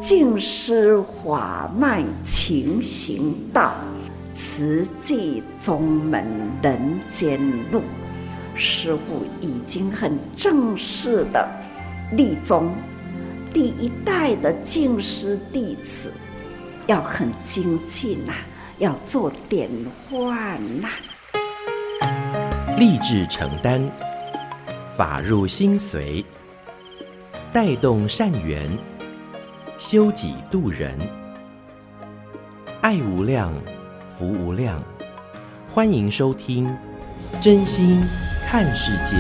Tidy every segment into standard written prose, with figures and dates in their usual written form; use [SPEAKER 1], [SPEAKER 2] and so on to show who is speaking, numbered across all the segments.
[SPEAKER 1] 尽施法脉勤行道，慈济宗门人间路。师父已经很正式的立宗，第一代的净师弟子要很精进啊，要做典范呐。
[SPEAKER 2] 立志承担，法入心随，带动善缘，修己度人，爱无量，福无量。欢迎收听《真心看世界》。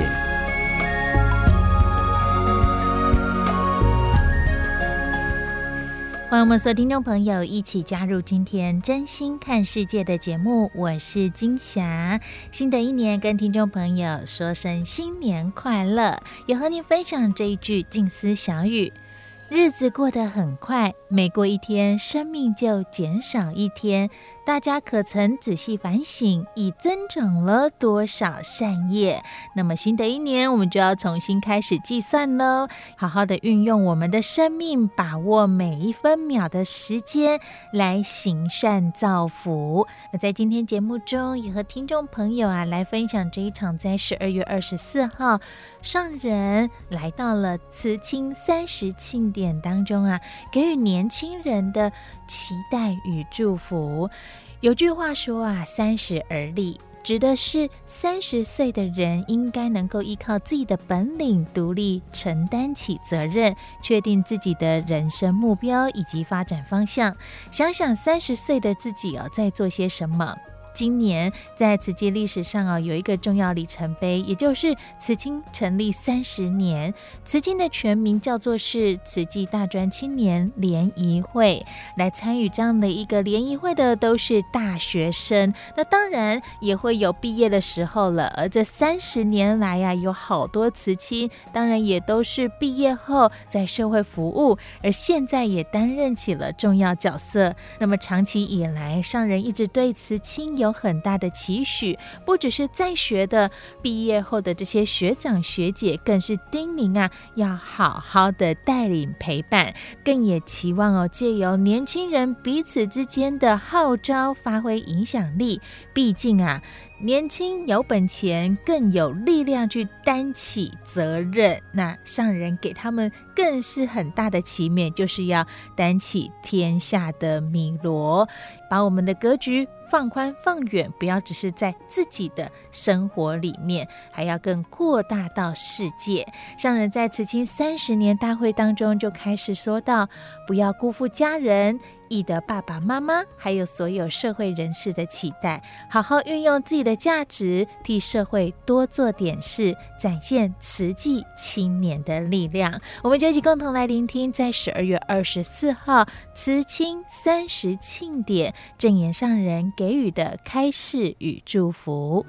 [SPEAKER 3] 欢迎我们所有听众朋友一起加入今天真心看世界的节目，我是金霞。新的一年跟听众朋友说声新年快乐，也和您分享这一句静思小语：日子过得很快，每过一天生命就减少一天。大家可曾仔细反省，已增长了多少善业？那么新的一年我们就要重新开始计算咯，好好的运用我们的生命，把握每一分秒的时间来行善造福。那在今天节目中也和听众朋友来分享这一场在12月24号上人来到了慈青30庆典当中给予年轻人的期待与祝福。有句话说30而立，指的是30岁的人应该能够依靠自己的本领，独立承担起责任，确定自己的人生目标以及发展方向。想想30岁的自己在做些什么。今年在慈济历史上有一个重要里程碑，也就是慈青成立30年。慈青的全名叫做是慈济大专青年联谊会，来参与这样的一个联谊会的都是大学生，那当然也会有毕业的时候了。而这30年来有好多慈青当然也都是毕业后在社会服务，而现在也担任起了重要角色。那么长期以来，上人一直对慈青有很大的期许，不只是在学的毕业后的这些学长学姐，更是叮咛要好好的带领陪伴，更也期望借由年轻人彼此之间的号召发挥影响力。毕竟年轻有本钱，更有力量去担起责任。那上人给他们更是很大的期勉，就是要担起天下的米罗，把我们的格局放宽放远，不要只是在自己的生活里面，还要更扩大到世界。上人在慈青30年大会当中就开始说到，不要辜负家人、义的爸爸妈妈还有所有社会人士的期待，好好运用自己的价值，替社会多做点事，展现慈济青年的力量。我们就一起共同来聆听在12月24号慈青30庆典证严上人给予的开示与祝福。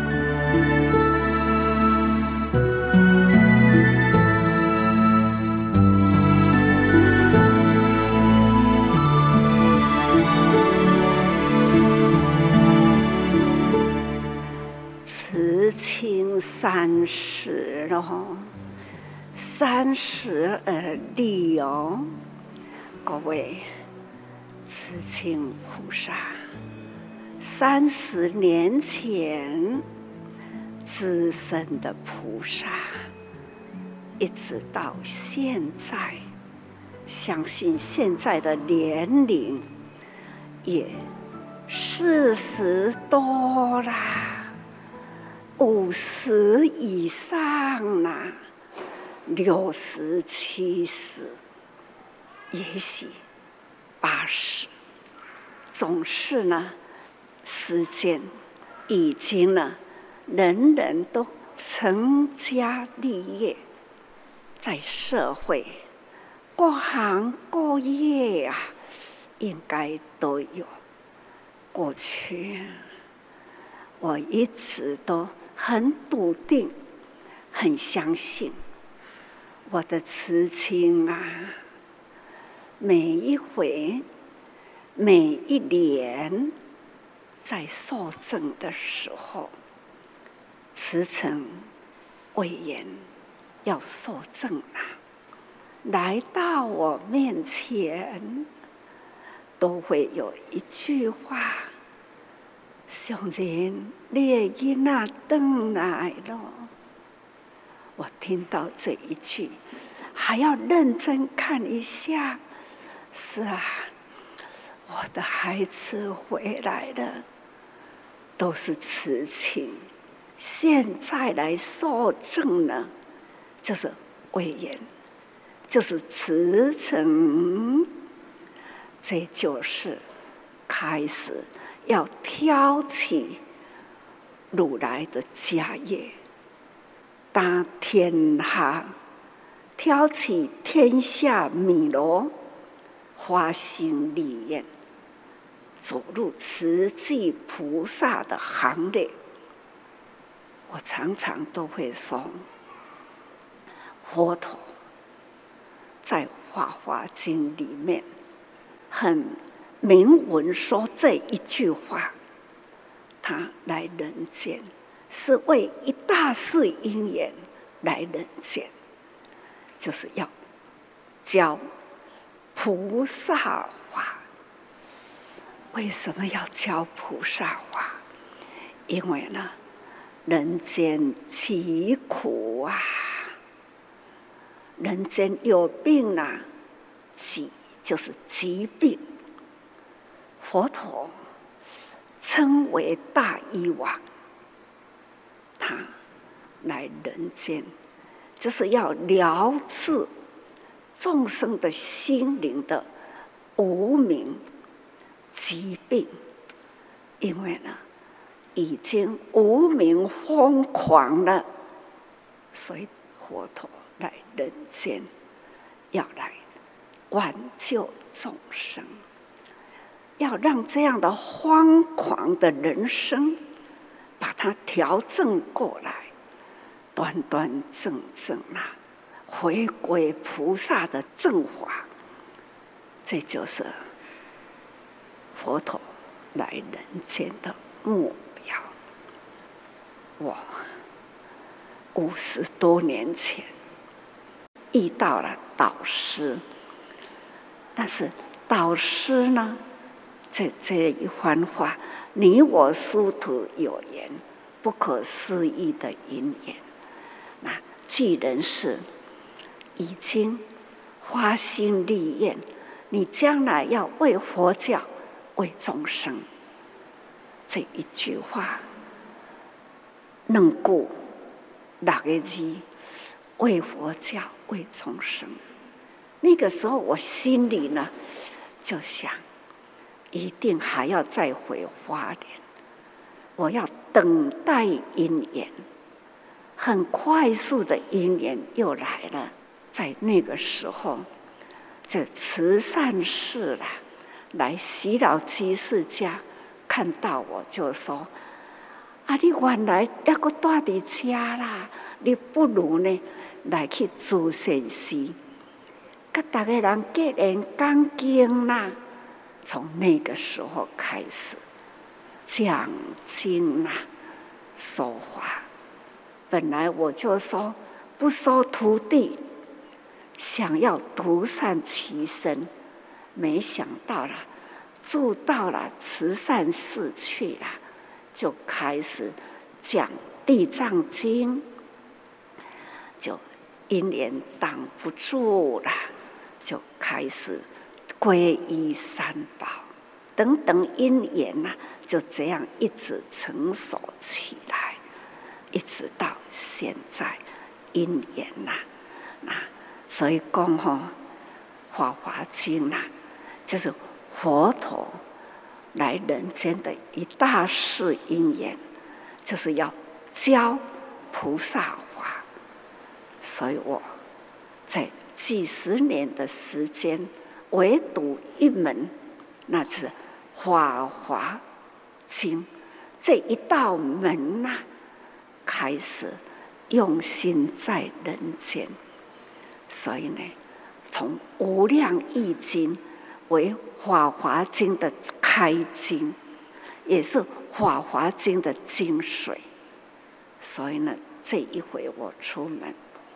[SPEAKER 1] 慈青30了，30而立各位慈青菩萨，30年前资深的菩萨，一直到现在，相信现在的年龄也40多啦，50以上啦，60、70，也许80，总是时间已经人人都成家立业，在社会各行各业应该都有。过去我一直都很笃定，很相信我的慈青每一回每一年在受证的时候，慈诚委员要受证来到我面前，都会有一句话：上人，你的囡仔回来了。我听到这一句，还要认真看一下。是啊，我的孩子回来了，都是慈情。现在来受证呢，就是威严，就是慈诚，这就是开始要挑起如来的家业，打天下，挑起天下弥罗，发心立愿，走入慈济菩萨的行列。我常常都会说，佛陀在《法华经》里面很明文说这一句话，他来人间是为一大事因缘来人间，就是要教菩萨法。为什么要教菩萨法？因为呢，人间疾苦啊，人间有病啊，疾就是疾病。佛陀称为大医王，他来人间就是要疗治众生的心灵的无明疾病，因为呢，已经无明疯狂了，所以佛陀来人间，要来挽救众生，要让这样的荒狂的人生，把它调整过来，端端正正啊，回归菩萨的正法。这就是佛陀来人间的目标。我50多年前遇到了导师，但是导师呢，这一番话，你我殊途有缘，不可思议的因缘。那既然是已经发心立愿，你将来要为佛教、为众生，这一句话2句6个字，为佛教、为众生。那个时候我心里呢就想，一定还要再回花莲，我要等待因缘，很快速的因缘又来了。在那个时候，这慈善事啦，来洗脑居士家看到我就说：“啊，你原来还阁住伫遮啦，你不如呢来去做善事，跟大家人结缘讲经啦。”从那个时候开始讲经啦，说法。本来我就说不收徒弟，想要独善其身，没想到啦，住到了慈善寺去了，就开始讲地藏经，就因缘挡不住了，就开始皈依三宝等等因缘呐，就这样一直成熟起来，一直到现在因缘呐，所以讲吼，《法华经》呐，就是佛陀来人间的一大事因缘，就是要教菩萨法。所以我在几十年的时间，唯独一门，那是《法华经》这一道门呐，开始用心在人间。所以呢，从《无量易经》为《法华经》的开经，也是《法华经》的精髓。所以呢，这一回我出门，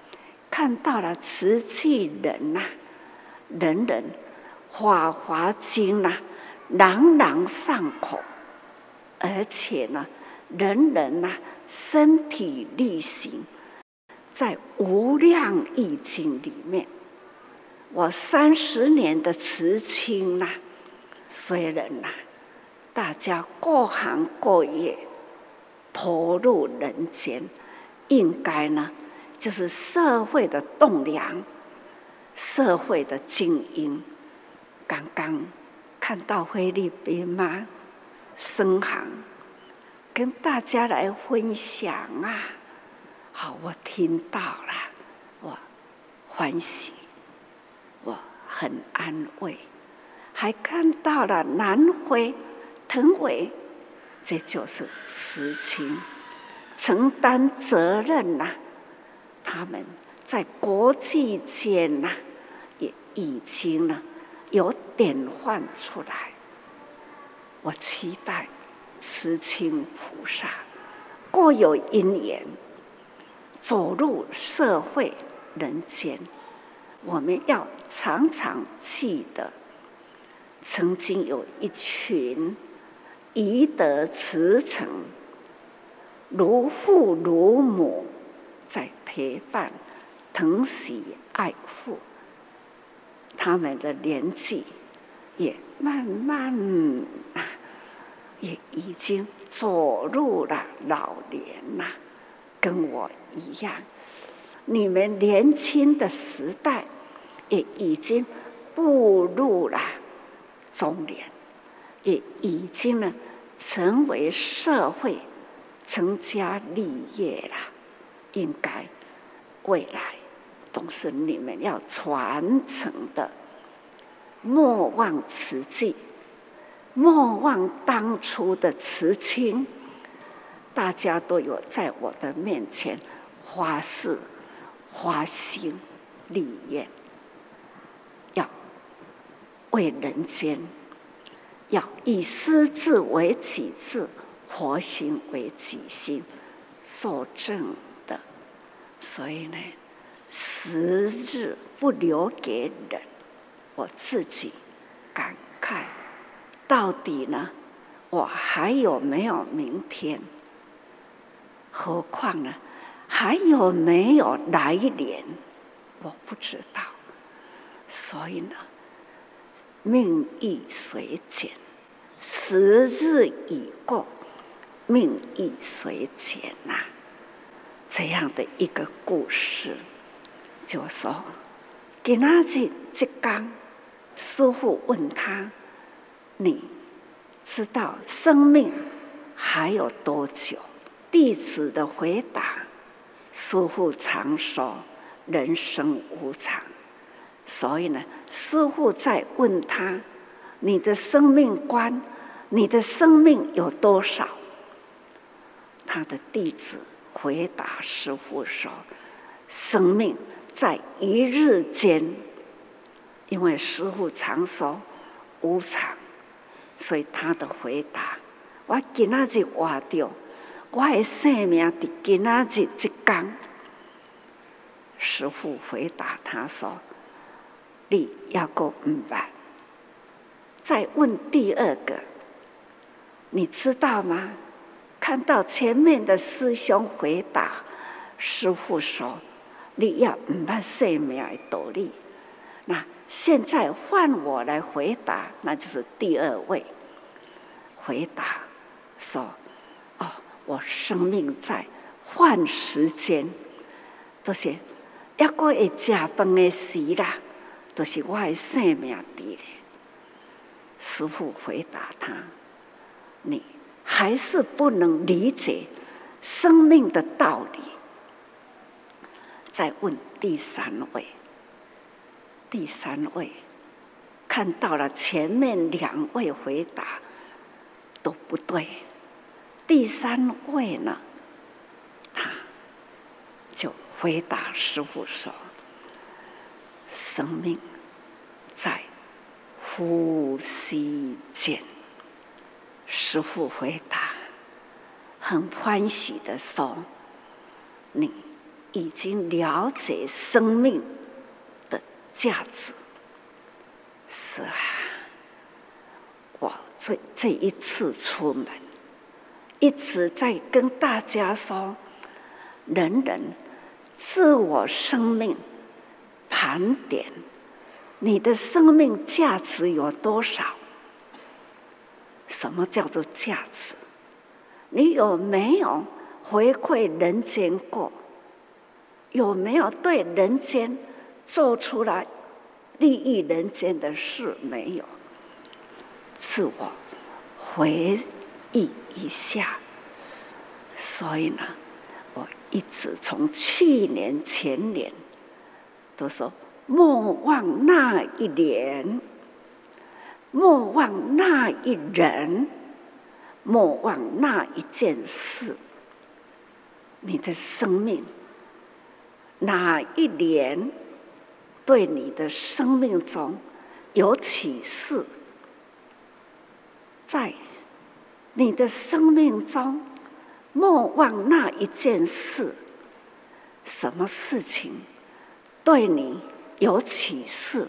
[SPEAKER 1] 看到了瓷器人呐，人人法华经呐，朗朗上口，而且呢，人人呐身体力行，在无量易经里面，我30年的慈亲呐，虽然呐，大家各行各业投入人间，应该呢，就是社会的栋梁，社会的精英。刚刚看到菲律宾吗？生行跟大家来分享啊！好，我听到了，我欢喜，我很安慰，还看到了南非腾伟，这就是慈亲，承担责任呐、他们在国际间呐、也已经呢有典范出来。我期待慈亲菩萨各有因缘，走入社会人间，我们要常常记得，曾经有一群宜得慈诚，如父如母，在陪伴、疼惜、爱护，他们的年纪也慢慢也已经走入了老年呐，跟我一样。你们年轻的时代也已经步入了中年，也已经呢成为社会成家立业了。应该未来都是你们要传承的，莫忘慈济，莫忘当初的慈亲。大家都有在我的面前发誓、发心、立愿，要为人间，要以师志为己志，佛心为己心，受正的。所以呢，时日不留给人，我自己感慨，到底呢，我还有没有明天？何况呢，还有没有来年？我不知道。所以呢，命亦随减，时日已过，命亦随减呐。这样的一个故事，就说，今仔日这天，师父问他：“你知道生命还有多久？”弟子的回答：“师父常说，人生无常。”所以呢，师父在问他：“你的生命观，你的生命有多少？”他的弟子回答师父说：“生命在一日间。”因为师父常说无常，所以他的回答：“我今仔日活着，我的生命在今仔日这天。”师父回答他说：“你要够不捌。”再问第二个，你知道吗？看到前面的师兄回答，师父说：“你要不捌生命的道理。”那现在换我来回答，那就是第二位回答说：“哦，我生命在换时间，就是还阁会吃饭的时啦，就是我的生命伫咧。”师父回答他：“你还是不能理解生命的道理。”再问第三位，第三位看到了前面两位回答都不对，第三位呢，他就回答师父说：“生命在呼吸间。”师父回答很欢喜的说：“你已经了解生命的价值。是啊，我这一次出门，一直在跟大家说，人人自我生命盘点，你的生命价值有多少？什么叫做价值？你有没有回馈人间过？有没有对人间做出来利益人间的事？没有。自我回忆一下。所以呢，我一直从去年前年都说，莫忘那一年，莫忘那一人，莫忘那一件事。你的生命哪一年对你的生命中有启示？在你的生命中莫忘那一件事。什么事情对你有启示？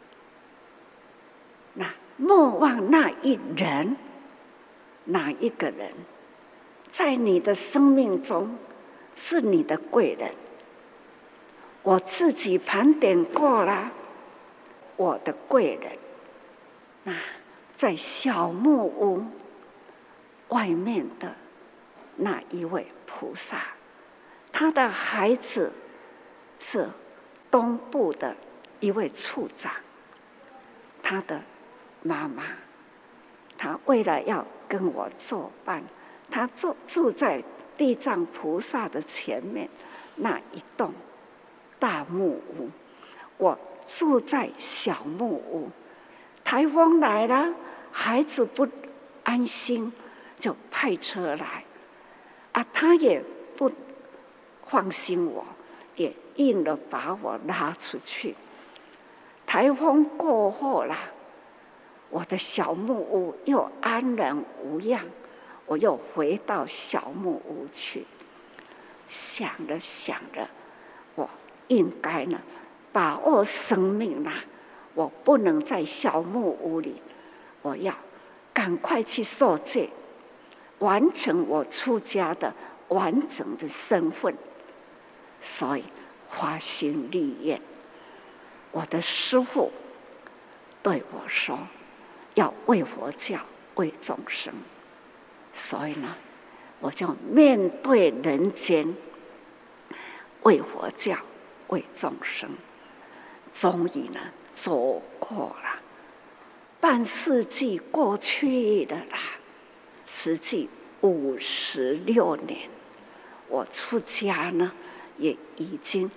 [SPEAKER 1] 那莫忘那一人，哪一个人在你的生命中是你的贵人？我自己盘点过了，我的贵人，那在小木屋外面的那一位菩萨，他的孩子是东部的一位处长，他的妈妈，他为了要跟我作伴，他住在地藏菩萨的前面那一栋大木屋，我住在小木屋。台风来了，孩子不安心，就派车来啊，他也不放心我，也硬了把我拉出去。台风过后啦，我的小木屋又安然无恙，我又回到小木屋去。想着想着，我应该呢把握生命啦，我不能在小木屋里，我要赶快去受戒，完成我出家的完整的身份。所以发心立愿，我的师父对我说，要为佛教，为众生。所以呢，我就面对人间，为佛教，为众生。终于呢，走过了半世纪过去了啦，实际56年，我出家呢也已经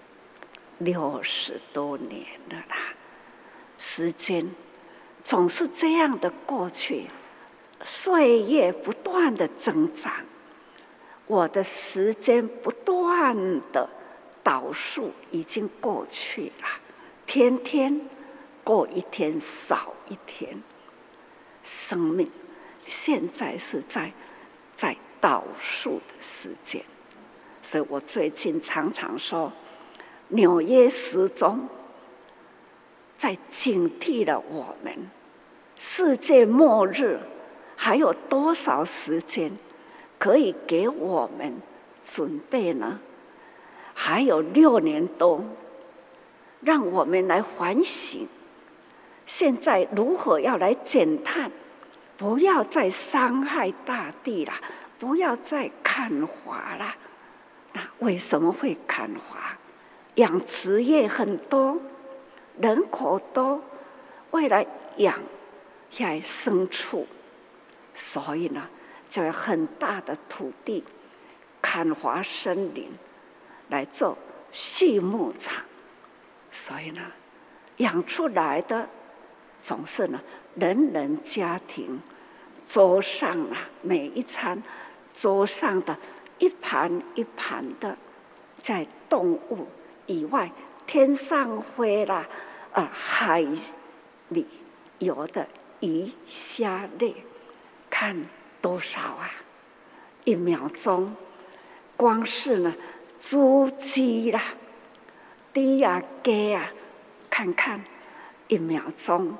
[SPEAKER 1] 60多年了啦。时间总是这样的过去，岁月不断的增长，我的时间不断的倒数，已经过去了，天天过一天少一天。生命现在是在倒数的时间。所以我最近常常说，纽约时钟在警惕了我们，世界末日还有多少时间可以给我们准备呢？还有6年多，让我们来反省，现在如何要来减碳，不要再伤害大地了，不要再砍伐了。那为什么会砍伐？养殖业很多，人口多，为了养下牲畜，所以呢，就有很大的土地砍伐森林来做畜牧场。所以呢，养出来的总是呢，人人家庭桌上啊，每一餐桌上的一盘一盘的，在动物以外，天上飞啦，海里游的鱼虾类，看多少啊！1秒钟，光是呢猪鸡啦、鸡啊、鸡啊，看看1秒钟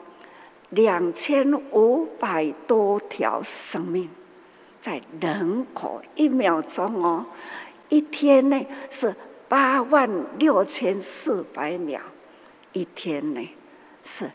[SPEAKER 1] 2500多条生命，在人口1秒钟哦，一天呢是86400秒，一天呢是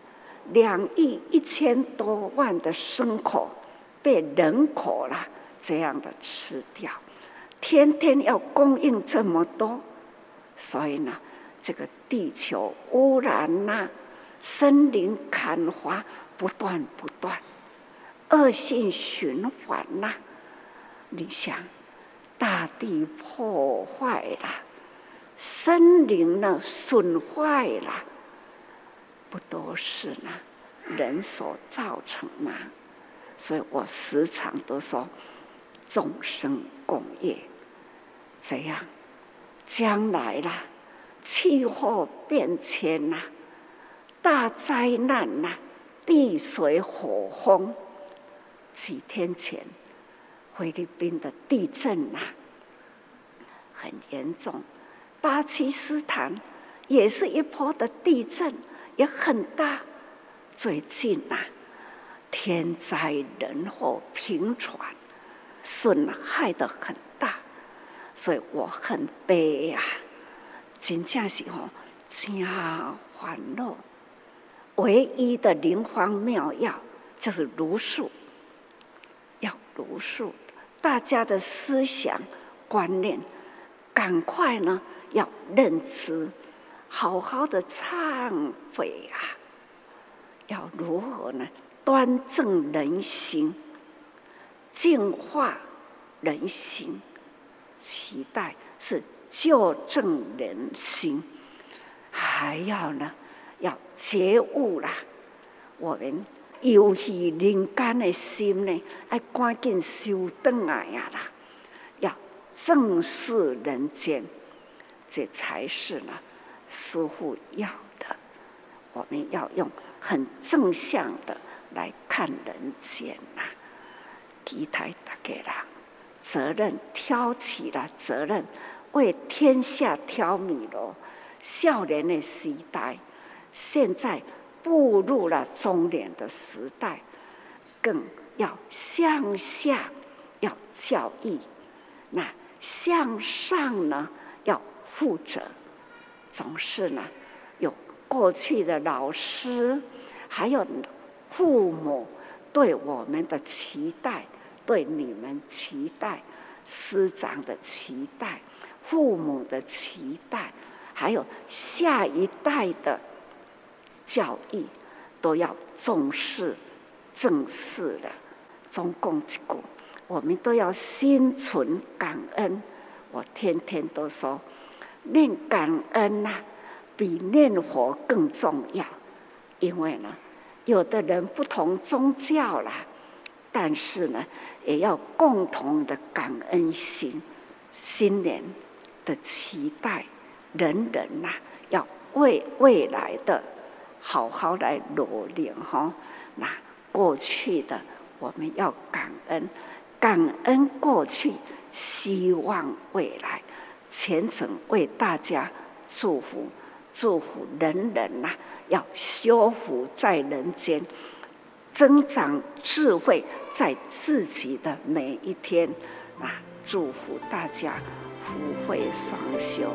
[SPEAKER 1] 2亿1000多万的牲口被人口啦这样的吃掉，天天要供应这么多，所以呢，这个地球污染啦、森林砍伐不断，恶性循环啦。你想，大地破坏了，森林呢损坏了，不都是呢人所造成吗？所以我时常都说，众生共业。这样，将来啦，气候变迁啦，大灾难啦，地水火风。几天前，菲律宾的地震啦，很严重。巴基斯坦也是一波的地震，也很大。最近啊，天灾人祸频传，损害得很大，所以我很悲啊，真正是真烦恼。唯一的灵方妙药就是茹素，要茹素，大家的思想观念赶快呢要认知，好好的忏悔啊！要如何呢？端正人心，净化人心，期待是纠正人心，还要呢要觉悟啦。我们游戏人间的心呢，要赶紧收回来呀啦！要正视人间，这才是呢师父要的。我们要用很正向的来看人间呐，期待大家啦，责任挑起了责任，为天下挑米咯。少年的时代，现在步入了中年的时代，更要向下要教育，那向上呢要负责。总是呢有过去的老师，还有父母对我们的期待，对你们期待，师长的期待，父母的期待，还有下一代的教育，都要重视正视的。总共一句，我们都要心存感恩。我天天都说，念感恩啊，比念佛更重要。因为呢，有的人不同宗教啦，但是呢，也要共同的感恩心。新年的期待，人人呐，要为未来的好好来努力哈。那过去的我们要感恩，感恩过去，希望未来，虔诚为大家祝福，祝福人人呐，要修福在人间，增长智慧在自己的每一天。那祝福大家福慧双修。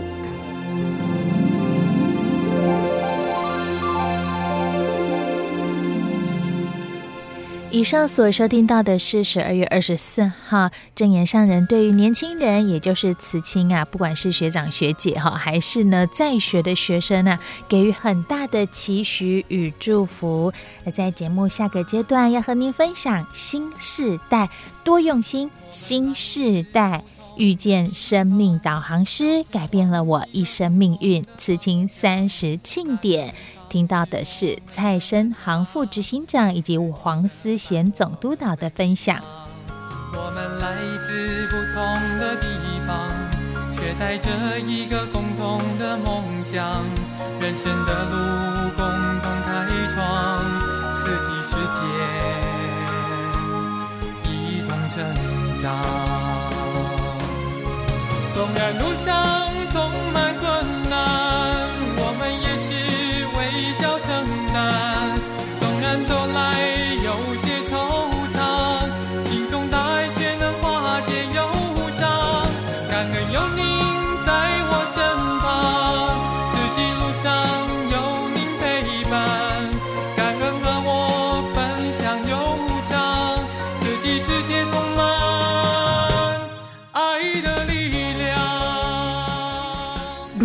[SPEAKER 3] 以上所收听到的是12月24号证严上人对于年轻人，也就是慈青啊，不管是学长学姐还是呢在学的学生啊，给予很大的期许与祝福。而在节目下个阶段要和您分享新世代多用心，新世代遇见生命导航师，改变了我一生命运，慈青30庆典。听到的是蔡生航副执行长以及黄思贤总督导的分享。
[SPEAKER 4] 我们来自不同的地方，却带着一个共同的梦想，人生的路共同开创，刺激世界一同成长。纵然路上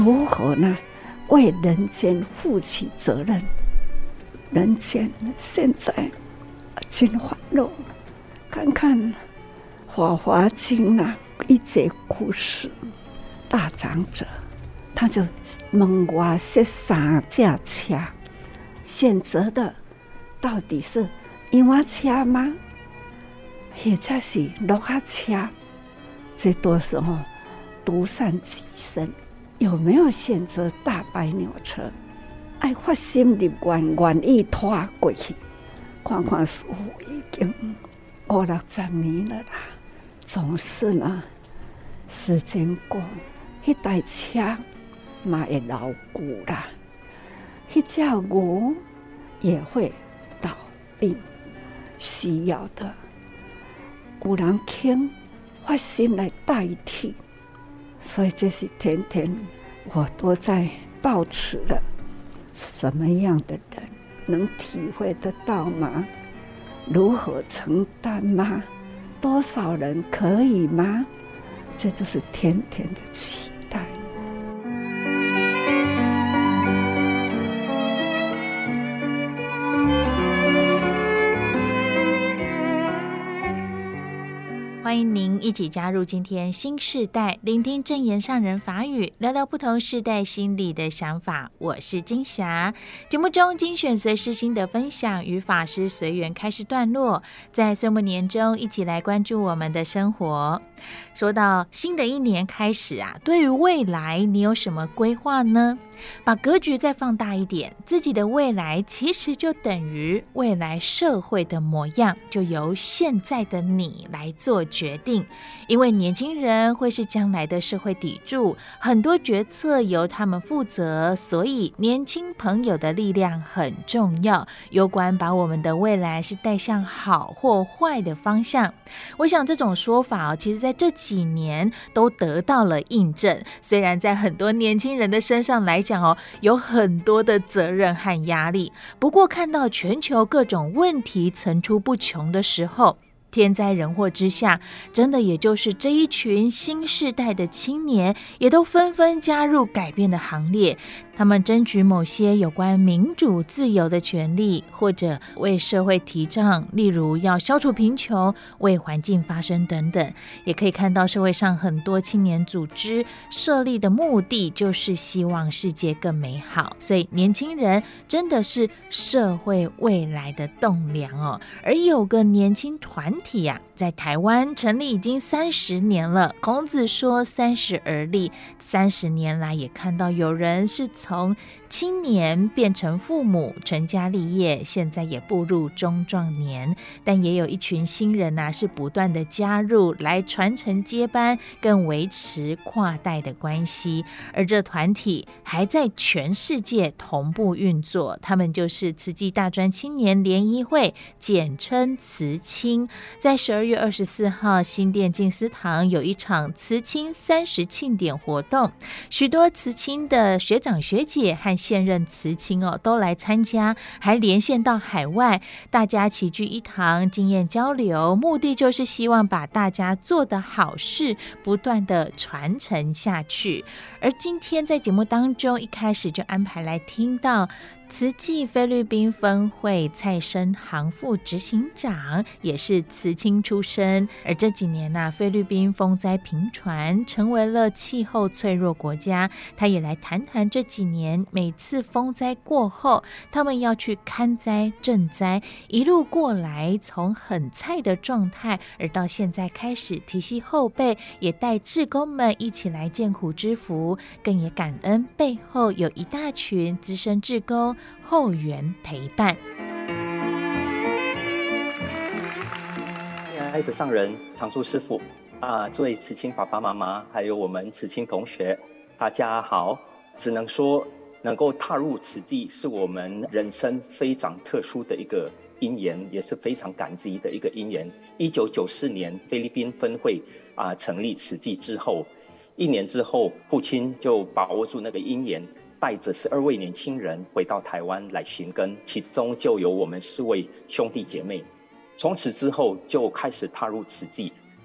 [SPEAKER 1] 如何呢为人间负起责任。人间现在真烦恼，看看《法华经》一节故事，大长者他就问我这3架车选择的到底是婴儿车吗？或者是鹿仔车？这都是独善其身。有没有选择大白牛车？爱发心力愿意拖过去。看看师父已经50-60年了啦，总是呢，时间过，那台车嘛会老旧啦，那只牛也会倒病，需要的有人肯发心来代替。所以这是天天我都在抱持了。什么样的人能体会得到吗？如何承担吗？多少人可以吗？这都是天天的期待。
[SPEAKER 3] 欢迎您一起加入今天新世代，聆听证严上人法语，聊聊不同世代心里的想法。我是金霞。节目中精选随师心得分享与法师随缘开示段落，在岁末年中一起来关注我们的生活。说到新的一年开始对于未来你有什么规划呢？把格局再放大一点，自己的未来其实就等于未来社会的模样，就由现在的你来做决定。因为年轻人会是将来的社会砥柱，很多决策由他们负责，所以年轻朋友的力量很重要，有关把我们的未来是带向好或坏的方向。我想这种说法其实在这几年都得到了印证。虽然在很多年轻人的身上来讲有很多的责任和压力，不过看到全球各种问题层出不穷的时候，天灾人祸之下，真的也就是这一群新世代的青年也都纷纷加入改变的行列。他们争取某些有关民主自由的权利，或者为社会提倡，例如要消除贫穷、为环境发声等等。也可以看到社会上很多青年组织设立的目的就是希望世界更美好，所以年轻人真的是社会未来的栋梁而有个年轻团体在台湾成立已经30年了。孔子说30而立，30年来也看到有人是从青年变成父母，成家立业，现在也步入中壮年，但也有一群新人是不断的加入来传承接班，更维持跨代的关系。而这团体还在全世界同步运作，他们就是慈济大专青年联谊会，简称慈青。在12月24号新店静思堂有一场慈青30庆典活动，许多慈青的学长学姐和现任慈青都来参加，还连线到海外，大家齐聚一堂，经验交流，目的就是希望把大家做的好事不断的传承下去。而今天在节目当中一开始就安排来听到慈济菲律宾分会蔡生行副执行长，也是慈青出身。而这几年菲律宾风灾频传，成为了气候脆弱国家。他也来谈谈这几年每次风灾过后，他们要去勘灾赈灾，一路过来从很菜的状态，而到现在开始提携后辈，也带志工们一起来见苦知福，更也感恩背后有一大群资深志工后援陪伴。
[SPEAKER 5] 亲爱的上人、常住师父诸位慈青爸爸妈妈，还有我们慈青同学，大家好。只能说能够踏入慈济是我们人生非常特殊的一个因缘，也是非常感激的一个因缘。1994年菲律宾分会成立慈济之后，1年之后，父亲就把握住那个因缘，带着12位年轻人回到台湾来寻根，其中就有我们4位兄弟姐妹。从此之后就开始踏入慈济，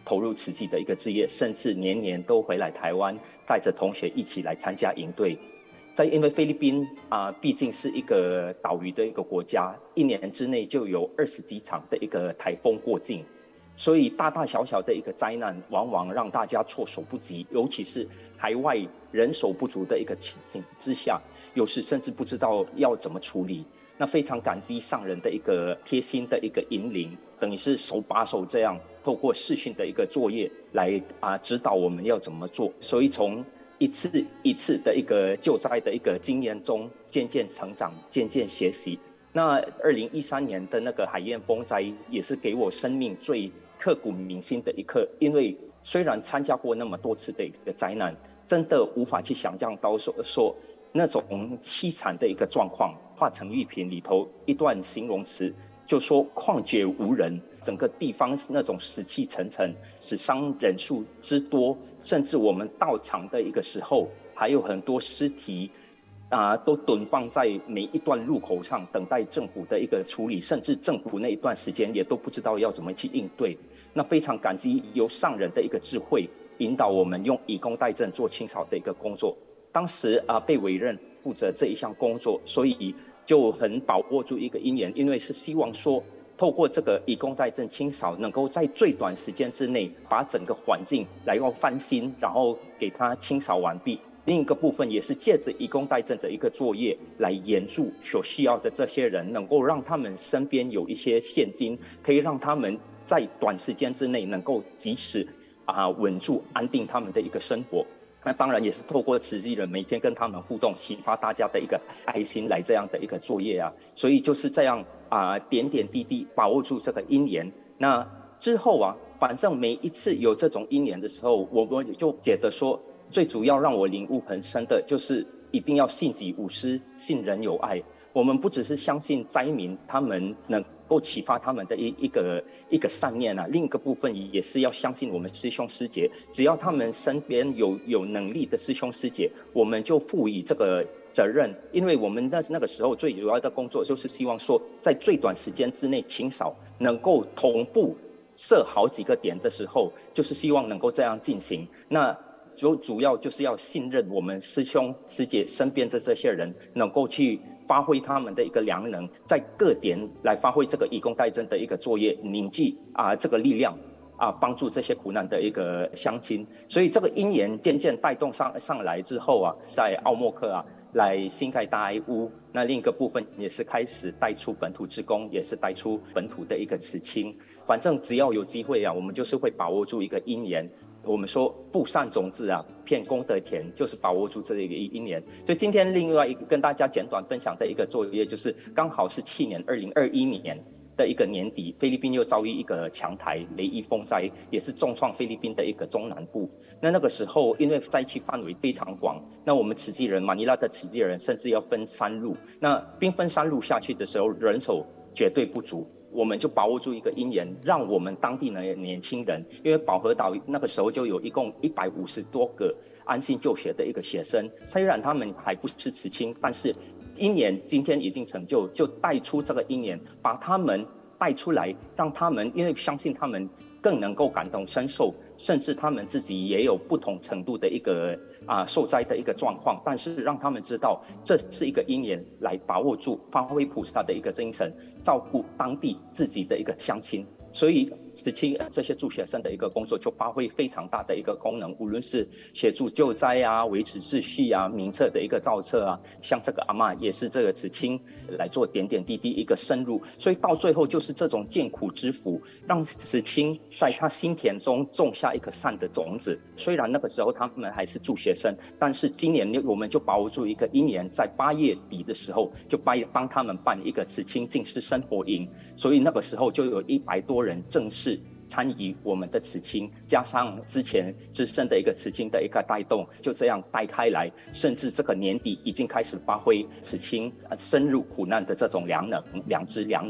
[SPEAKER 5] 投入慈济的一个志业，甚至年年都回来台湾，带着同学一起来参加营队。因为菲律宾毕竟是一个岛屿的一个国家，一年之内就有20几场的一个台风过境，所以大大小小的一个灾难，往往让大家措手不及，尤其是海外人手不足的一个情形之下，有时甚至不知道要怎么处理。那非常感激上人的一个贴心的一个引领，等于是手把手这样透过视讯的一个作业来指导我们要怎么做。所以从一次一次的一个救灾的一个经验中渐渐成长，渐渐学习。那2013年的那个海燕风灾也是给我生命最刻骨铭心的一刻，因为虽然参加过那么多次的一个灾难，真的无法去想象到说那种凄惨的一个状况。华城玉屏里头一段形容词就说旷绝无人，整个地方那种死气沉沉，死伤人数之多，甚至我们到场的一个时候还有很多尸体都蹲放在每一段路口上，等待政府的一个处理，甚至政府那一段时间也都不知道要怎么去应对。那非常感激由上人的一个智慧引导我们用以工代赈做清扫的一个工作。当时被委任负责这一项工作，所以就很把握住一个因缘，因为是希望说透过这个以工代赈清扫，能够在最短时间之内把整个环境来要翻新，然后给它清扫完毕。另一个部分也是借着以工代赈的一个作业来援助所需要的这些人，能够让他们身边有一些现金，可以让他们在短时间之内能够及时稳住安定他们的一个生活。那当然也是透过慈济人每天跟他们互动，启发大家的一个爱心来这样的一个作业所以就是这样点点滴滴把握住这个因缘。那之后反正每一次有这种因缘的时候，我就觉得说，最主要让我领悟很深的就是一定要信己无私，信人有爱。我们不只是相信灾民他们能够启发他们的一个善念另一个部分也是要相信我们师兄师姐，只要他们身边有能力的师兄师姐，我们就负以这个责任。因为我们那个时候最主要的工作就是希望说，在最短时间之内清扫能够同步设好几个点的时候，就是希望能够这样进行。那主要就是要信任我们师兄师姐身边的这些人，能够去发挥他们的一个良能，在各点来发挥这个以工代赈的一个作业，凝聚这个力量帮助这些苦难的一个乡亲。所以这个因缘渐渐带动上来之后在奥莫克来新盖大爱屋。那另一个部分也是开始带出本土志工，也是带出本土的一个慈亲。反正只要有机会我们就是会把握住一个因缘。我们说布善种子遍功德田，就是把握住这一个因缘。所以今天另外一个跟大家简短分享的一个作业，就是刚好是去年2021年的一个年底，菲律宾又遭遇一个强台雷伊风灾，也是重创菲律宾的一个中南部。那个时候因为灾区范围非常广，那我们慈济人马尼拉的慈济人甚至要分3路，那兵分3路下去的时候，人手绝对不足。我们就把握住一个因缘，让我们当地的年轻人，因为保和岛那个时候就有一共150多个安心就学的一个学生，虽然他们还不是慈亲，但是因缘今天已经成就，就带出这个因缘，把他们带出来，让他们因为相信他们更能够感同身受，甚至他们自己也有不同程度的一个受灾的一个状况，但是让他们知道这是一个因缘，来把握住，发挥菩萨的一个精神，照顾当地自己的一个乡亲。所以慈亲这些助学生的一个工作就发挥非常大的一个功能，无论是协助救灾维持秩序名册的一个造册像这个阿嬷也是这个慈亲来做点点滴滴一个深入。所以到最后就是这种见苦知福，让慈亲在他心田中种下一颗善的种子。虽然那个时候他们还是助学生，但是今年我们就把握住一个因缘，在8月底的时候就帮他们办一个慈亲净施生活营，所以那个时候就有100多人正式参与我们的慈亲，加上之前资深的一个慈亲的一个带动，就这样带开来，甚至这个年底已经开始发挥慈亲深入苦难的这种良知良能。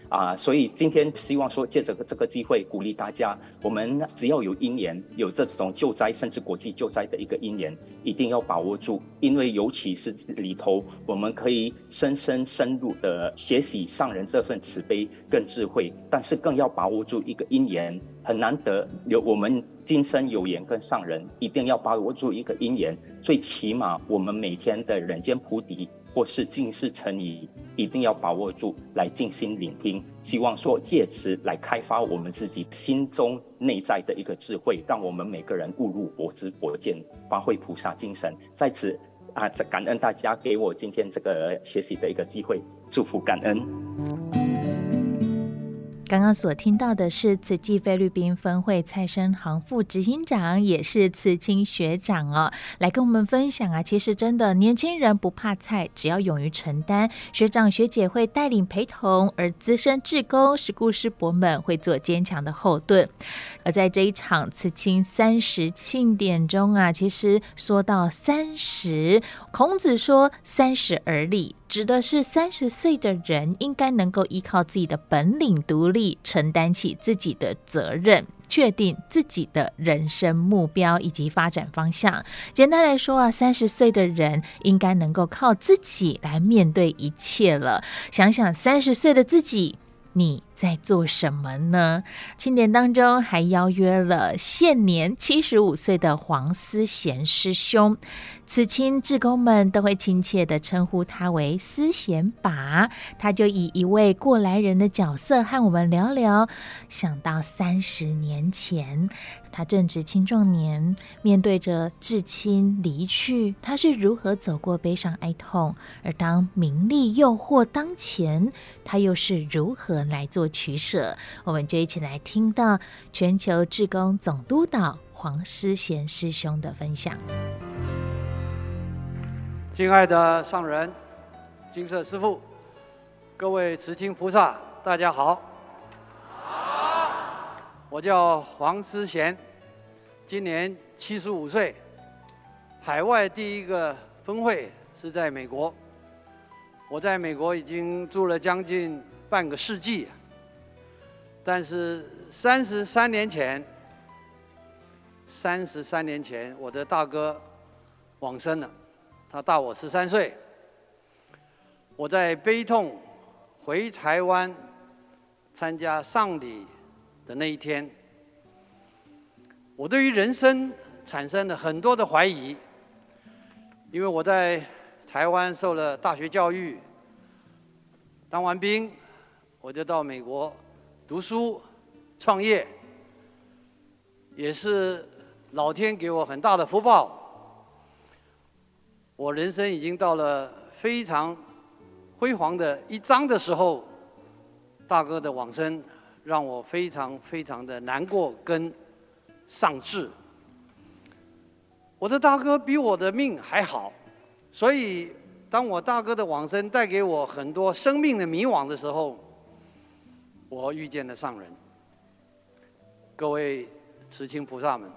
[SPEAKER 5] 所以今天希望说借着这个机会鼓励大家，我们只要有因缘，有这种救灾甚至国际救灾的一个因缘，一定要把握住，因为尤其是里头我们可以深入的学习上人这份慈悲跟智慧，但是更要把握住一个因缘，很难得我们今生有缘跟上人，一定要把握住一个因缘，最起码我们每天的人间菩提或是尽是诚意，一定要把握住来静心聆听，希望说借此来开发我们自己心中内在的一个智慧，让我们每个人悟入佛知佛见，发挥菩萨精神。在此感恩大家给我今天这个学习的一个机会，祝福感恩。
[SPEAKER 3] 刚刚所听到的是慈济菲律宾分会蔡生航副执行长，也是慈青学长哦，来跟我们分享啊，其实真的年轻人不怕菜，只要勇于承担，学长学姐会带领陪同，而资深志工师姑师伯们会做坚强的后盾。而在这一场慈青30庆典中啊，其实说到30，孔子说30而立，指的是30岁的人应该能够依靠自己的本领独立，承担起自己的责任，确定自己的人生目标以及发展方向。简单来说啊，30岁的人应该能够靠自己来面对一切了。想想30岁的自己，你在做什么呢？庆典当中还邀约了现年75岁的黄思贤师兄，慈青志工们都会亲切地称呼他为思贤爸。他就以一位过来人的角色和我们聊聊，想到30年前他正值青壮年，面对着至亲离去，他是如何走过悲伤哀痛，而当名利诱惑当前，他又是如何来做取舍。我们就一起来听到全球志工总督导黄思贤师兄的分享。
[SPEAKER 6] 敬爱的上人、金色师父、各位慈青菩萨，大家好。我叫黄思贤，今年75岁。海外第一个分会是在美国，我在美国已经住了将近半个世纪。但是33年前，我的大哥往生了。他大我13岁，我在悲痛回台湾参加丧礼的那一天，我对于人生产生了很多的怀疑，因为我在台湾受了大学教育，当完兵，我就到美国读书创业，也是老天给我很大的福报。我人生已经到了非常辉煌的一章的时候，大哥的往生让我非常的难过跟丧志。我的大哥比我的命还好，所以当我大哥的往生带给我很多生命的迷惘的时候，我遇见了上人。各位慈青菩萨们，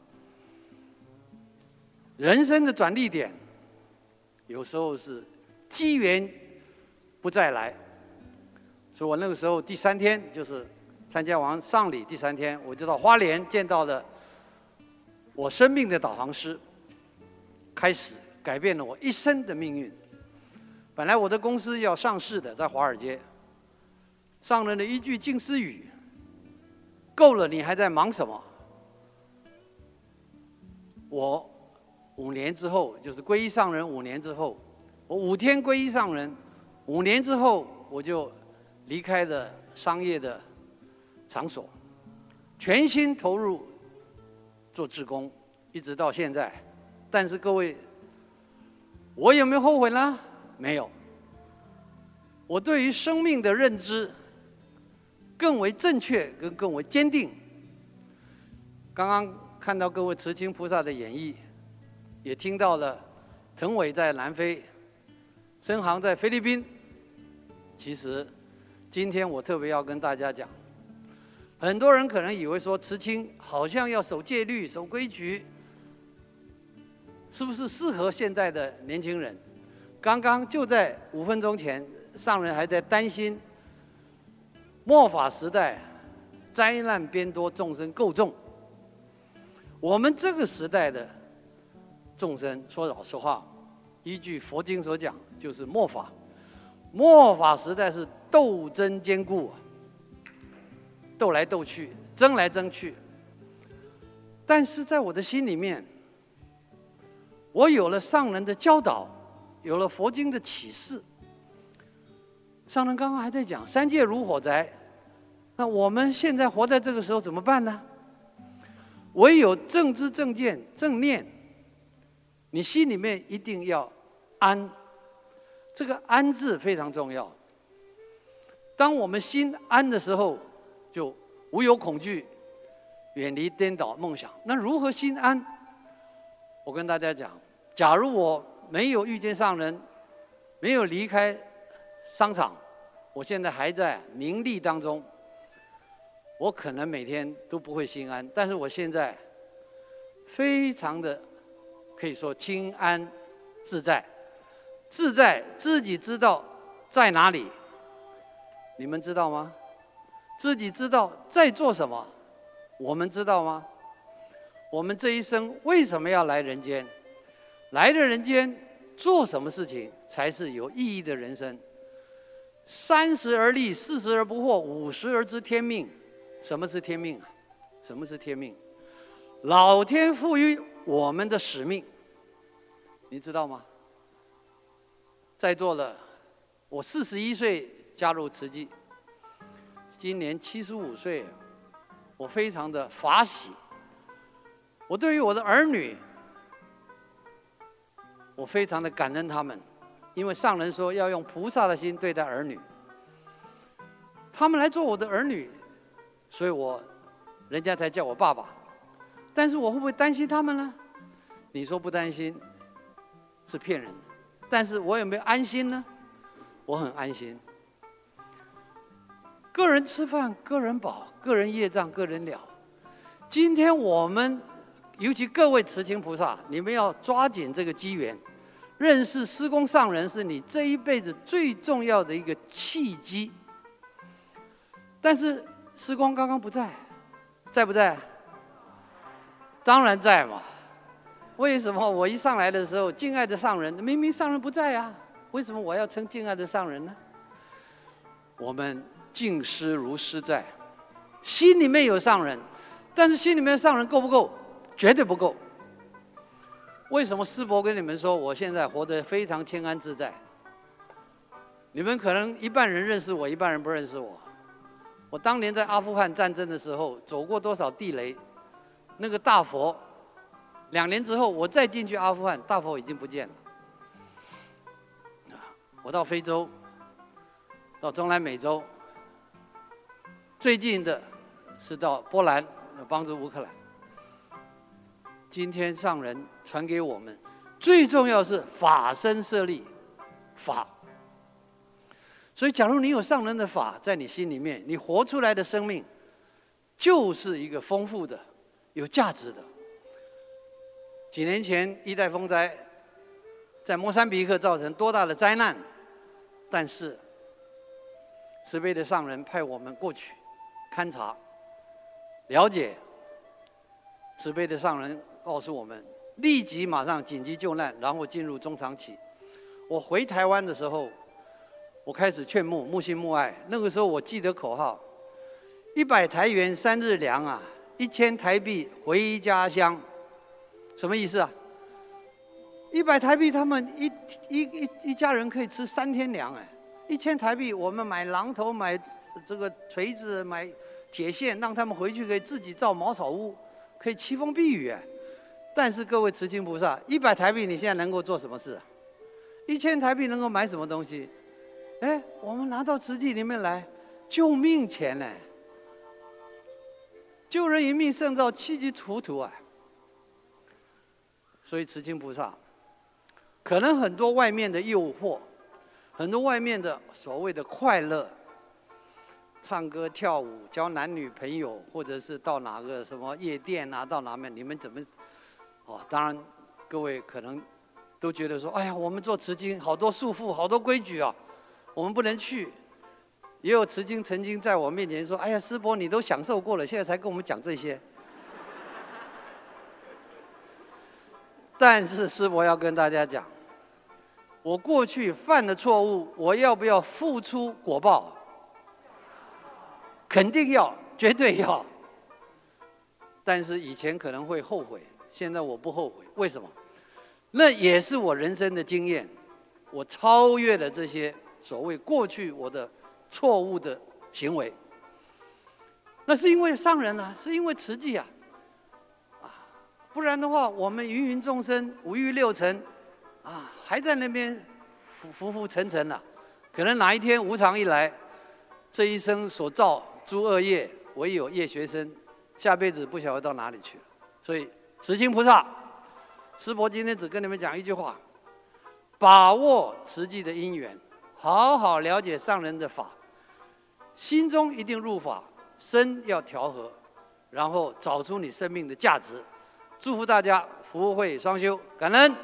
[SPEAKER 6] 人生的转捩点有时候是机缘不再来，所以我那个时候第3天，就是参加完丧礼第3天，我就到花莲见到了我生命的导航师，开始改变了我一生的命运。本来我的公司要上市的，在华尔街，上人的一句静思语，够了，你还在忙什么？我5年之后，就是皈依上人5年之后，我5天皈依上人，5年之后我就离开了商业的场所，全心投入做志工，一直到现在。但是各位，我有没有后悔呢？没有。我对于生命的认知更为正确跟更为坚定。刚刚看到各位慈青菩萨的演绎，也听到了腾伟在南非，申航在菲律宾。其实今天我特别要跟大家讲，很多人可能以为说慈青好像要守戒律、守规矩，是不是适合现在的年轻人？刚刚就在5分钟前，上人还在担心末法时代，灾难变多，众生够重。我们这个时代的众生，说老实话，依据佛经所讲，就是末法。末法时代是斗争坚固，斗来斗去，争来争去。但是在我的心里面，我有了上人的教导，有了佛经的启示。上人刚刚还在讲三界如火灾，那我们现在活在这个时候怎么办呢？唯有正知正见正念，你心里面一定要安。这个安字非常重要。当我们心安的时候，就无有恐惧，远离颠倒梦想。那如何心安？我跟大家讲，假如我没有遇见上人，没有离开商场，我现在还在名利当中，我可能每天都不会心安。但是我现在非常的可以说清安自在，自在自己知道在哪里，你们知道吗？自己知道在做什么，我们知道吗？我们这一生为什么要来人间？来的人间做什么事情才是有意义的人生？30而立，40而不惑，50而知天命。什么是天命啊？什么是天命？老天赋予我们的使命，你知道吗？在座的，我41岁加入慈济，今年75岁，我非常的法喜。我对于我的儿女，我非常的感恩他们，因为上人说要用菩萨的心对待儿女。他们来做我的儿女，所以人家才叫我爸爸。但是我会不会担心他们呢？你说不担心是骗人的，但是我有没有安心呢？我很安心。个人吃饭，个人饱，个人业障，个人了。今天我们，尤其各位慈亲菩萨，你们要抓紧这个机缘，认识师公上人是你这一辈子最重要的一个契机。但是师公刚刚不在，在不在？当然在嘛。为什么我一上来的时候，敬爱的上人，明明上人不在啊？为什么我要称敬爱的上人呢？我们敬师如师在，心里面有上人，但是心里面上人够不够？绝对不够。为什么师伯跟你们说，我现在活得非常清安自在？你们可能一半人认识我，一半人不认识我。我当年在阿富汗战争的时候，走过多少地雷？那个大佛，2年之后我再进去阿富汗，大佛已经不见了。我到非洲，到中南美洲，最近的是到波兰，帮助乌克兰。今天上人传给我们，最重要是法身设立，法。所以，假如你有上人的法在你心里面，你活出来的生命，就是一个丰富的、有价值的。几年前一代风灾，在摩桑比克造成多大的灾难，但是慈悲的上人派我们过去勘察、了解。慈悲的上人告诉我们，立即马上紧急救难，然后进入中长期。我回台湾的时候，我开始劝募，募心募爱。那个时候我记得口号：100台元3日粮啊，1000台币回家乡。什么意思啊？100台币，他们一家人可以吃3天粮哎。1000台币，我们买榔头、买这个锤子、买铁线，让他们回去可以自己造茅草屋，可以栖风避雨哎。但是各位慈亲菩萨，100台币你现在能够做什么事啊？1000台币能够买什么东西？哎，我们拿到慈济里面来，救命钱呢？救人一命胜造7级浮屠啊！所以慈亲菩萨，可能很多外面的诱惑，很多外面的所谓的快乐，唱歌跳舞、交男女朋友，或者是到哪个什么夜店啊，到哪面，你们怎么？当然，各位可能都觉得说，哎呀，我们做慈经好多束缚，好多规矩啊，我们不能去。 也有慈青曾经在我面前说：“哎呀，师伯你都享受过了，现在才跟我们讲这些。”但是师伯要跟大家讲，我过去犯的错误，我要不要付出果报？肯定要，绝对要。但是以前可能会后悔，现在我不后悔。为什么？那也是我人生的经验，我超越了这些所谓过去我的错误的行为。那是因为上人啊，是因为慈济啊，不然的话，我们芸芸众生五欲六尘，还在那边浮浮沉沉啊。可能哪一天无常一来，这一生所造诸恶业，唯有业学生，下辈子不晓得到哪里去了。所以慈青菩萨，师伯今天只跟你们讲一句话：把握慈济的因缘，好好了解上人的法，心中一定入法，身要调和，然后找出你生命的价值。祝福大家福慧双修，感恩。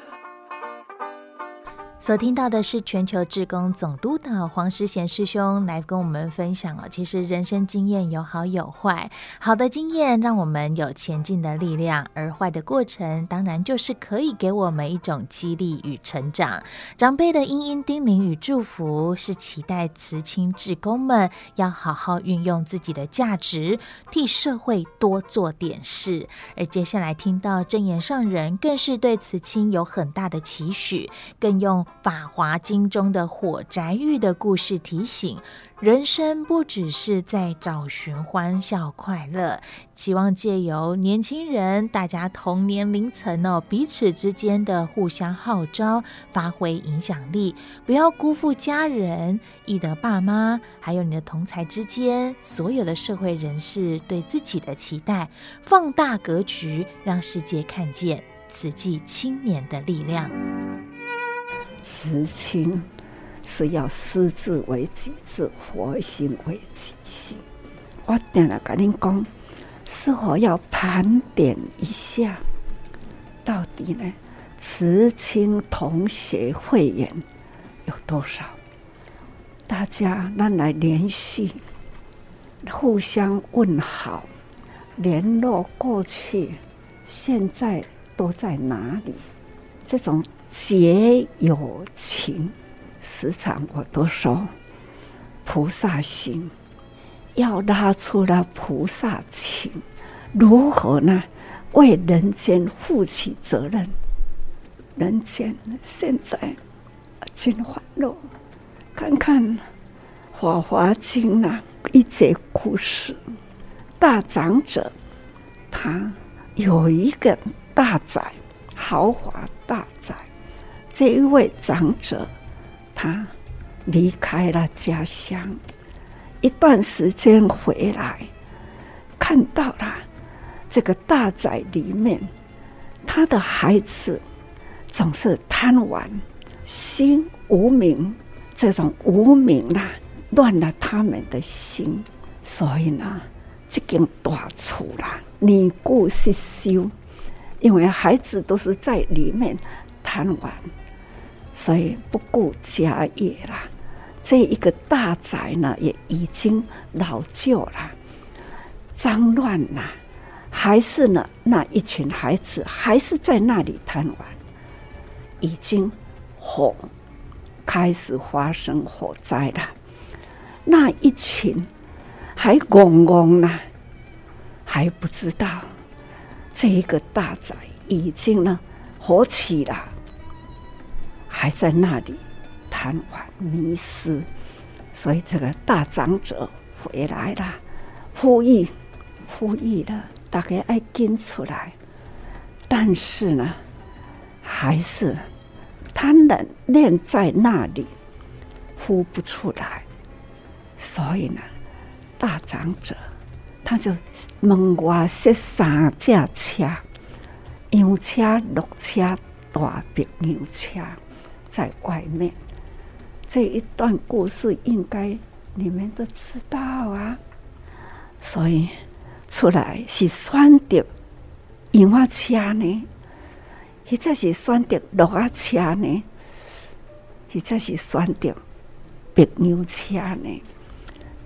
[SPEAKER 3] 所听到的是全球志工总督导黄诗贤师兄来跟我们分享哦，其实人生经验有好有坏，好的经验让我们有前进的力量，而坏的过程当然就是可以给我们一种激励与成长。长辈的殷殷叮咛与祝福，是期待慈青志工们要好好运用自己的价值，替社会多做点事。而接下来听到正言上人更是对慈青有很大的期许，更用法华经中的火宅喻的故事提醒，人生不只是在找寻欢笑快乐，希望借由年轻人大家同年龄层彼此之间的互相号召，发挥影响力，不要辜负家人、义德爸妈，还有你的同才之间所有的社会人士对自己的期待，放大格局，让世界看见慈济青年的力量。
[SPEAKER 1] 慈青是要师自为己志，佛心为己心。我定来跟您讲，是否要盘点一下，到底呢？慈青同学会员有多少？大家咱来联系，互相问好，联络过去、现在都在哪里？这种结友情，时常我都说，菩萨心要拉出了菩萨情，如何呢？为人间负起责任。人间现在真烦恼，看看《法华经》一节故事，大长者他有一个大宅，豪华大宅。这一位长者，他离开了家乡，一段时间回来，看到了这个大宅里面，他的孩子总是贪玩、心无明，这种无明乱了他们的心，所以呢，这间大厝尼姑失修，因为孩子都是在里面贪玩。所以不顾家业啦，这一个大宅呢也已经老旧了，脏乱啦，还是呢那一群孩子还是在那里贪玩，已经火开始发生火灾了，那一群还懵懵啦，还不知道这一个大宅已经呢火起了。还在那里贪玩迷失，所以这个大长者回来了，呼吁了，大家要跟出来。但是呢，还是他冷链在那里，呼不出来。所以呢，大长者他就门外设3架车，洋车、鹿车、大白牛车。在外面，这一段故事应该你们都知道啊。所以出来是选择洋仔车呢，或者是选择鹿仔车呢，或者是选择白牛车呢？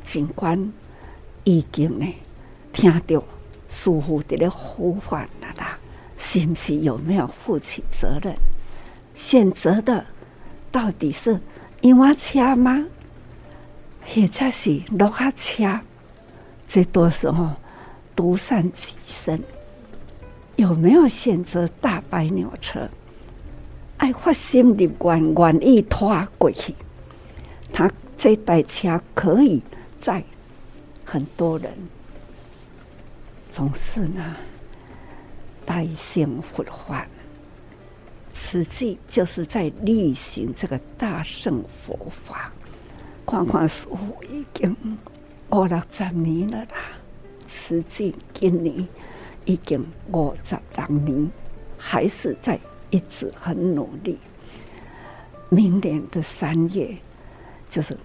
[SPEAKER 1] 尽管已经呢听到师父在咧呼唤了啦，是不是有没有负起责任？选择的到底是摇仔车吗？或者是落下车？这多时候独善其身。有没有选择大白牛车？爱发心的愿意拖过去，他这台车可以载很多人。总是呢，大乘佛法，实际就是在力行这个大乘佛法。看看师父已经50-60年了啦，实际今年已经52年，还是在一直很努力。明年的3月就是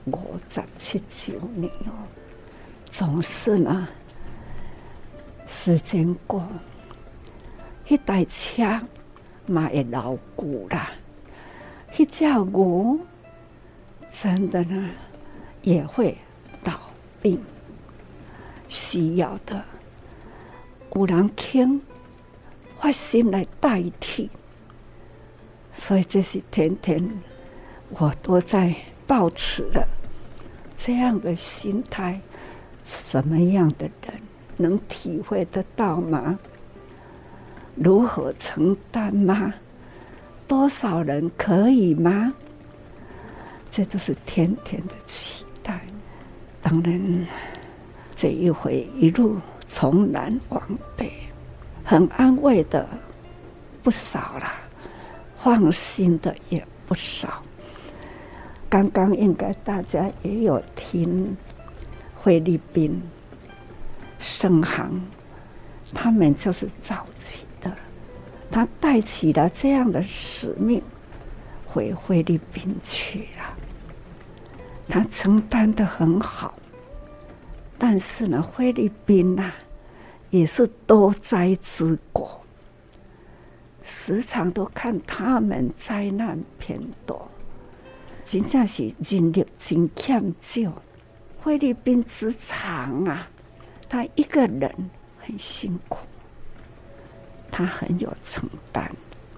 [SPEAKER 1] 57、9年哦，总是呢，时间过，那台车嘛会老久啦，那只牛真的呢也会老病，需要的有人肯发心来代替。所以这是天天我都在抱持了这样的心态。什么样的人能体会得到吗？如何承担吗？多少人可以吗？这都是天天的期待。当然这一回一路从南往北，很安慰的不少啦，放心的也不少。刚刚应该大家也有听菲律宾圣航，他们就是早期的，他带起了这样的使命回菲律宾去了，他承担得很好。但是呢，菲律宾啊也是多灾之国，时常都看他们灾难偏多，真正是人力真欠少。菲律宾职场啊，他一个人很辛苦，他很有承担。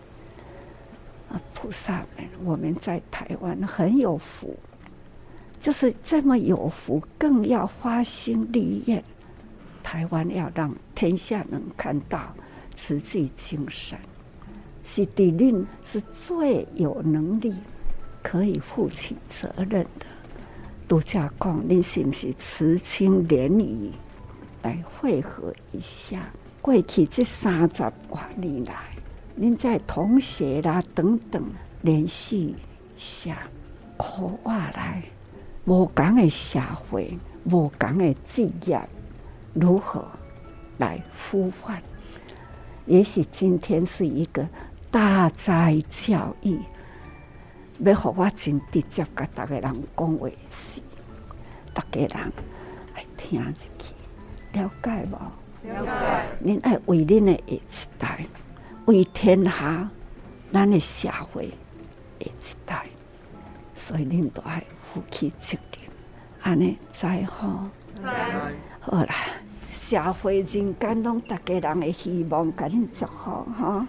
[SPEAKER 1] 菩萨们，我们在台湾很有福，就是这么有福，更要发心立愿。台湾要让天下能看到慈济精神，是的，恁是最有能力可以负起责任的。都假讲，你是不是慈亲联谊来汇合一下？过去这30多年来，您在同学啦等等联系一下，苦我来，无同的社会，无同的职业，如何来呼唤？也许今天是一个大灾教育。要互我真直接甲大家人讲话是，大家人爱听入去，了解无？了解。恁爱为恁的下一代，为天下，咱的社会下一代，所以恁都爱负起责任。安尼知吼？知。好啦，社会人间拢大家人的希望，甲恁祝福吼。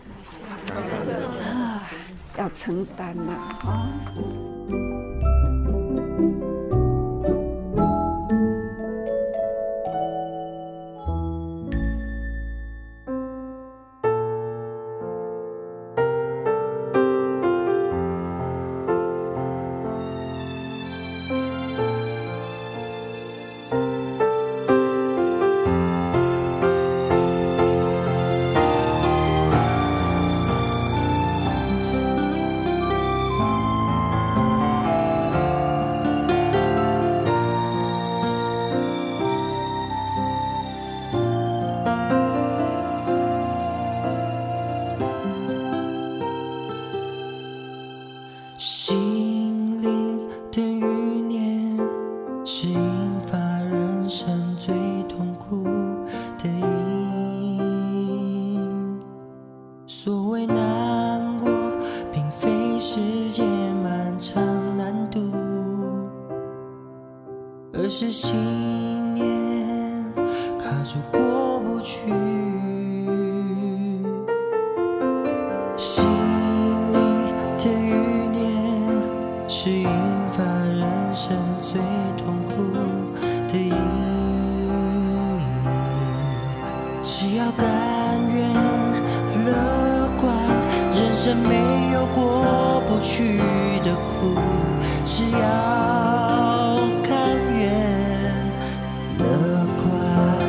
[SPEAKER 1] 要承担呐，
[SPEAKER 7] 心灵的欲念是引发人生最痛苦的因。所谓难过，并非世界漫长难渡， 而是信念卡住过不去。心里的欲念是引发人生最痛苦的阴影，只要甘愿乐观，人生没有过不去的苦，只要甘愿乐观。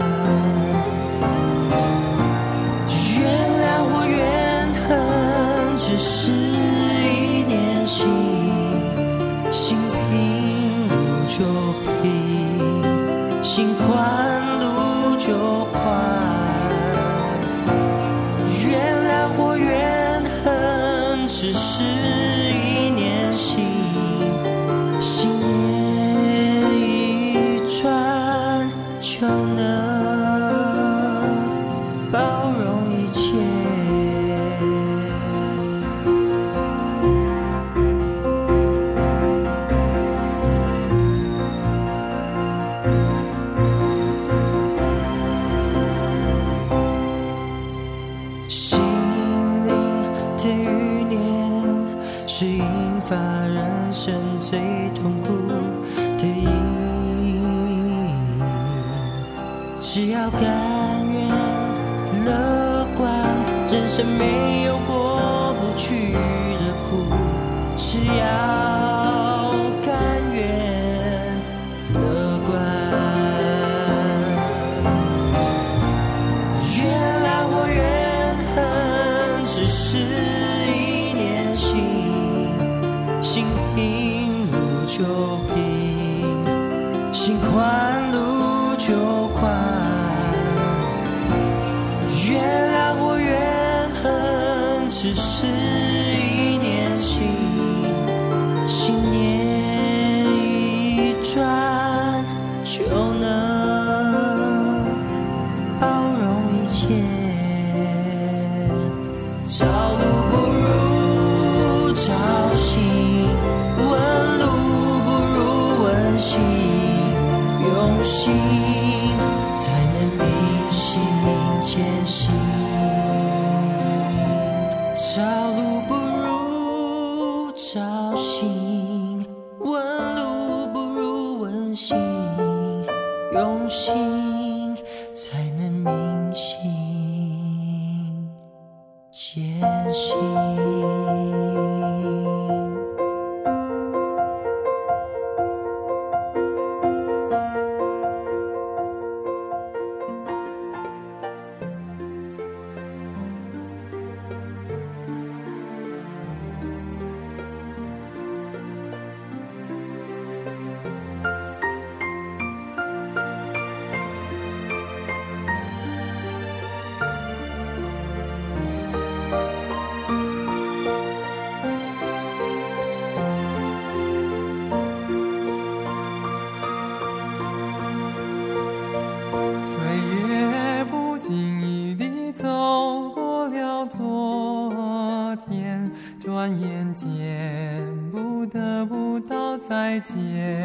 [SPEAKER 7] 原谅或怨恨只是一念心，心平路就平，心宽路就宽。原谅或怨恨只是一念心，心念一转就能包容一切。心灵的欲念是引发人生最痛苦的阴影，只要甘愿乐观，人生没有过不去的苦，只要甘愿乐观。原谅或怨恨只是一念心，心平路就平，心宽路就宽。原谅或怨恨只是一念心，心念一转就能包容一切。朝路不如朝夕，问路不如问心，用心才能明心见性。朝路不如朝夕，问路不如问心，用心才能明心见性。
[SPEAKER 4] 岁月不经意地走过了昨天，转眼间不得不道再见。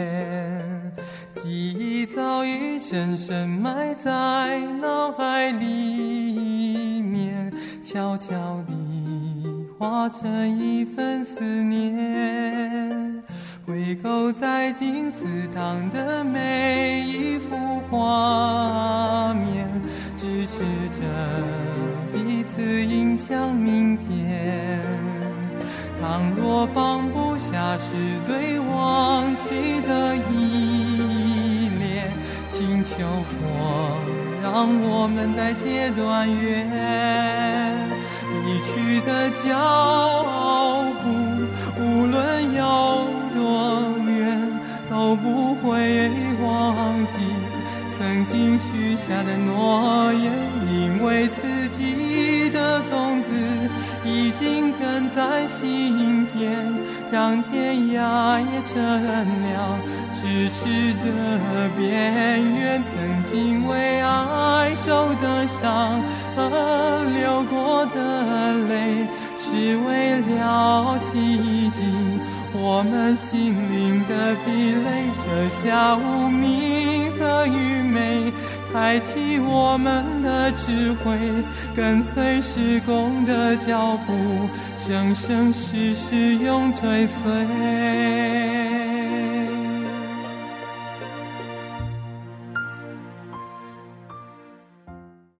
[SPEAKER 4] 记忆早已深深埋在脑海里面，悄悄地化成一份思念，回勾在金丝堂的每一幅画面，支持着彼此迎向明天。倘若放不下是对往昔的依恋，请求佛让我们再结段缘。离去的脚步无论有多远，都不会忘记曾经许下的诺言，因为自己的种子已经根在心田，让天涯也成了咫尺的边缘。曾经为爱受的伤和流过的泪，是为了洗净我们心灵的壁垒，舍下无明和愚昧，开启我们的智慧，跟随事工的脚步，生生世世永追随。